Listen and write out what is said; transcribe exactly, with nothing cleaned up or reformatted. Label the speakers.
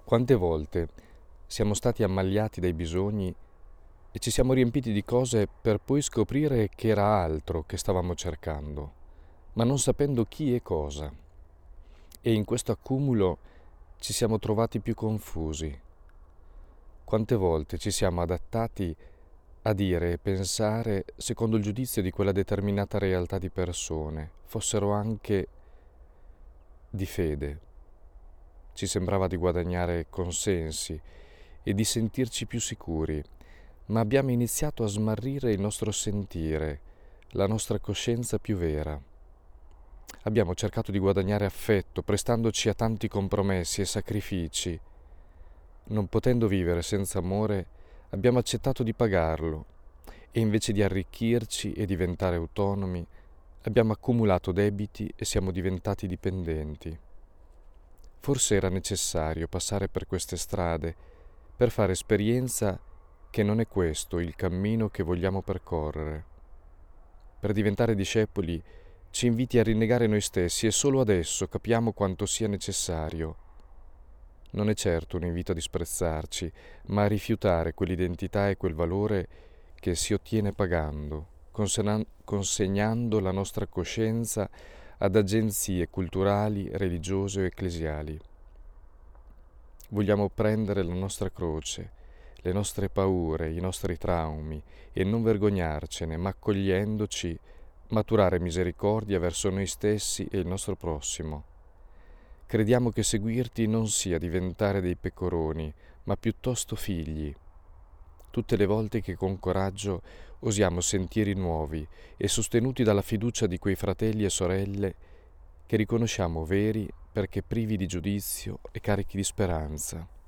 Speaker 1: Quante volte siamo stati ammagliati dai bisogni e ci siamo riempiti di cose per poi scoprire che era altro che stavamo cercando, ma non sapendo chi e cosa. E in questo accumulo ci siamo trovati più confusi. Quante volte ci siamo adattati a dire e pensare secondo il giudizio di quella determinata realtà di persone, fossero anche di fede. Ci sembrava di guadagnare consensi e di sentirci più sicuri, ma abbiamo iniziato a smarrire il nostro sentire, la nostra coscienza più vera. Abbiamo cercato di guadagnare affetto, prestandoci a tanti compromessi e sacrifici. Non potendo vivere senza amore, abbiamo accettato di pagarlo e invece di arricchirci e diventare autonomi, abbiamo accumulato debiti e siamo diventati dipendenti. Forse era necessario passare per queste strade per fare esperienza che non è questo il cammino che vogliamo percorrere. Per diventare discepoli ci inviti a rinnegare noi stessi e solo adesso capiamo quanto sia necessario. Non è certo un invito a disprezzarci, ma a rifiutare quell'identità e quel valore che si ottiene pagando, consegnando la nostra coscienza ad agenzie culturali, religiose o ecclesiali. Vogliamo prendere la nostra croce, le nostre paure, i nostri traumi e non vergognarcene, ma accogliendoci, maturare misericordia verso noi stessi e il nostro prossimo. Crediamo che seguirti non sia diventare dei pecoroni, ma piuttosto figli. Tutte le volte che con coraggio osiamo sentieri nuovi e sostenuti dalla fiducia di quei fratelli e sorelle che riconosciamo veri perché privi di giudizio e carichi di speranza.